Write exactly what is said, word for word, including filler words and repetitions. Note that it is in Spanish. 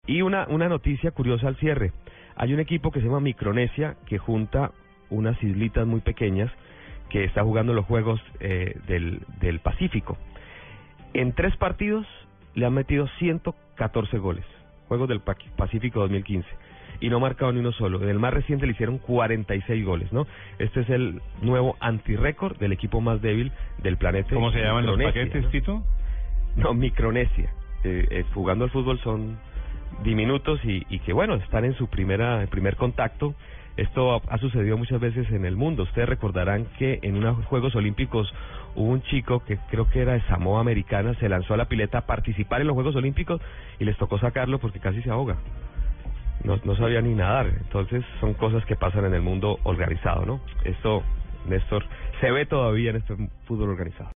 Y una, una noticia curiosa al cierre. Hay un equipo que se llama Micronesia, que junta unas islitas muy pequeñas, que está jugando los Juegos eh, del, del Pacífico. En tres partidos le han metido ciento catorce goles, Juegos del Pacífico dos mil quince, y no ha marcado ni uno solo. En el más reciente le hicieron cuarenta y seis goles, ¿no? Este es el nuevo antirrécord del equipo más débil del planeta. ¿Cómo se llaman los paquetes, ¿no? Tito? No, Micronesia. Eh, eh, jugando al fútbol son diminutos y, y que, bueno, están en su primera primer contacto. Esto ha, ha sucedido muchas veces en el mundo. Ustedes recordarán que en unos Juegos Olímpicos hubo un chico que creo que era de Samoa Americana, se lanzó a la pileta a participar en los Juegos Olímpicos y les tocó sacarlo porque casi se ahoga. No, no sabía ni nadar. Entonces son cosas que pasan en el mundo organizado, ¿no? Esto, Néstor, se ve todavía en este fútbol organizado.